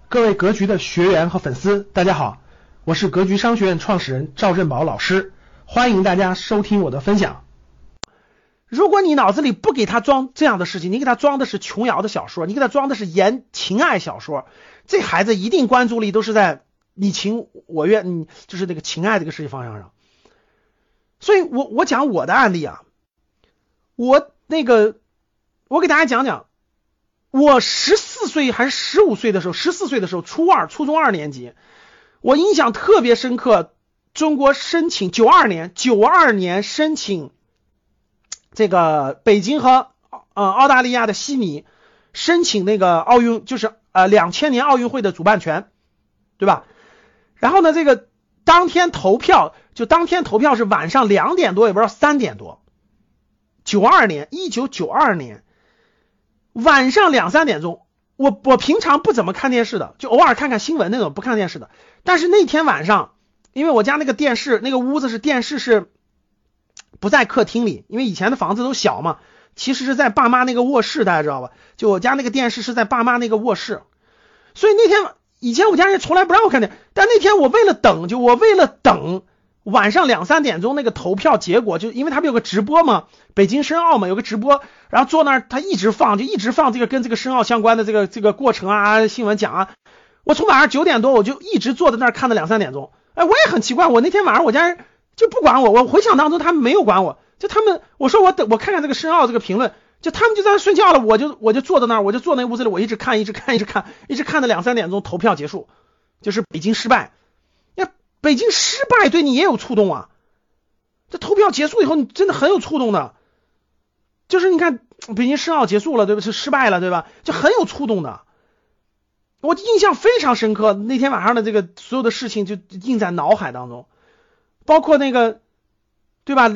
各位格局的学员和粉丝，大家好，我是格局商学院创始人赵振宝老师，欢迎大家收听我的分享。如果你脑子里不给他装这样的事情，你给他装的是琼瑶的小说，你给他装的是情爱小说，这孩子一定关注力都是在你情我愿，就是那个情爱这个事情方向上。所以我讲我的案例啊，我给大家讲讲，我14岁还是15岁的时候，14岁的时候，初中2年级，我印象特别深刻。中国申请92年申请这个北京和澳大利亚的悉尼申请那个奥运，就是2000年奥运会的主办权，对吧？然后呢，这个当天投票是晚上2点多，也不知道3点多。1992年晚上2、3点钟，我平常不怎么看电视的，就偶尔看看新闻那种，不看电视的。但是那天晚上，因为我家那个电视，那个屋子电视是不在客厅里，因为以前的房子都小嘛，其实是在爸妈那个卧室，大家知道吧？就我家那个电视是在爸妈那个卧室，所以那天以前我家人从来不让我看电视，但那天我为了等晚上2、3点钟那个投票结果，就因为他们有个直播嘛，北京申奥嘛，有个直播，然后坐那儿他一直放这个跟这个申奥相关的这个过程啊，新闻讲啊。我从晚上9点多我就一直坐在那儿看到2、3点钟。我也很奇怪，我那天晚上我家人就不管我，我回想当中他们没有管我，就他们我说我看看这个申奥这个评论，就他们就在那睡觉了，我就坐在那儿，我就坐那屋子里，我一直看到2、3点钟投票结束，就是北京失败。北京失败对你也有触动啊，这投票结束以后你真的很有触动的，就是你看北京申奥结束了，对吧？是失败了，对吧？就很有触动的。我印象非常深刻，那天晚上的这个所有的事情就印在脑海当中，包括那个，对吧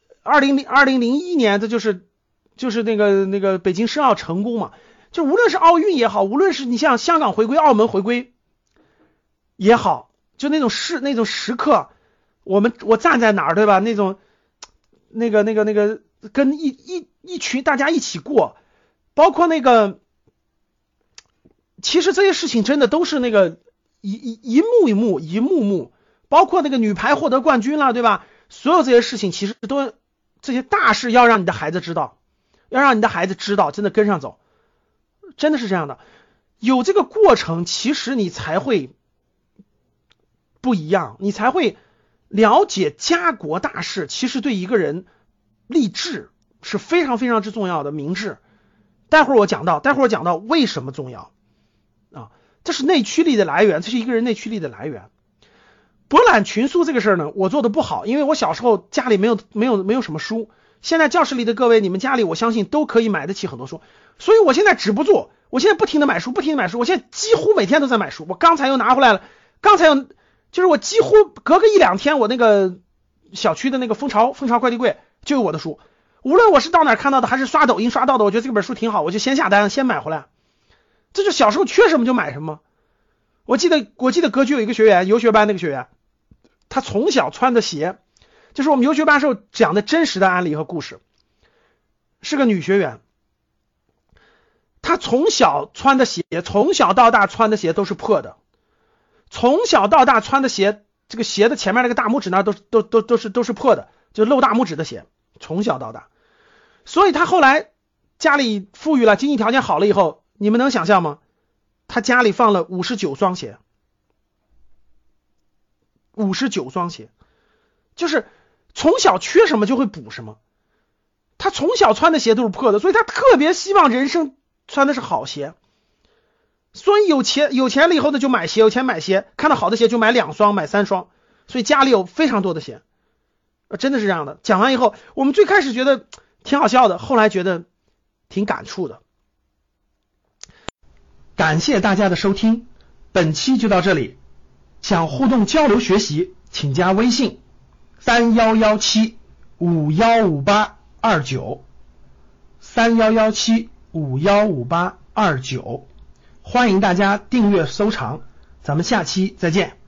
？2001年，这就是那个北京申奥成功嘛，就无论是奥运也好，无论是你像香港回归、澳门回归也好，就那种时刻，我站在哪儿，对吧？那种那个跟一群大家一起过，包括那个。其实这些事情真的都是那个一幕，包括那个女排获得冠军了，对吧？所有这些事情其实都这些大事要让你的孩子知道，真的跟上走，真的是这样的。有这个过程，其实你才会不一样，你才会了解家国大事，其实对一个人立志是非常非常之重要的，明智。待会儿我讲到为什么重要。这是内驱力的来源，这是一个人内驱力的来源。博览群书这个事儿呢，我做的不好，因为我小时候家里没有什么书。现在教室里的各位，你们家里我相信都可以买得起很多书，所以我现在止不住，我现在不停的买书，我现在几乎每天都在买书。我刚才又拿回来了，就是我几乎隔个1、2天，我那个小区的那个蜂巢快递柜就有我的书，无论我是到哪儿看到的，还是刷抖音刷到的，我觉得这本书挺好，我就先下单，先买回来。这就小时候缺什么就买什么。我记得格局有一个学员，游学班那个学员，他从小穿的鞋，就是我们游学班时候讲的真实的案例和故事，是个女学员。她从小穿的鞋，从小到大穿的鞋都是破的，从小到大穿的鞋，这个鞋的前面那个大拇指那都是破的，就露大拇指的鞋，从小到大。所以她后来家里富裕了，经济条件好了以后，你们能想象吗？他家里放了59双鞋，59双鞋，就是从小缺什么就会补什么。他从小穿的鞋都是破的，所以他特别希望人生穿的是好鞋。所以有钱了以后呢，就买鞋，有钱买鞋，看到好的鞋就买2双，买3双，所以家里有非常多的鞋，真的是这样的。讲完以后，我们最开始觉得挺好笑的，后来觉得挺感触的。感谢大家的收听，本期就到这里。想互动交流学习，请加微信3117515829，3117515829，欢迎大家订阅收藏，咱们下期再见。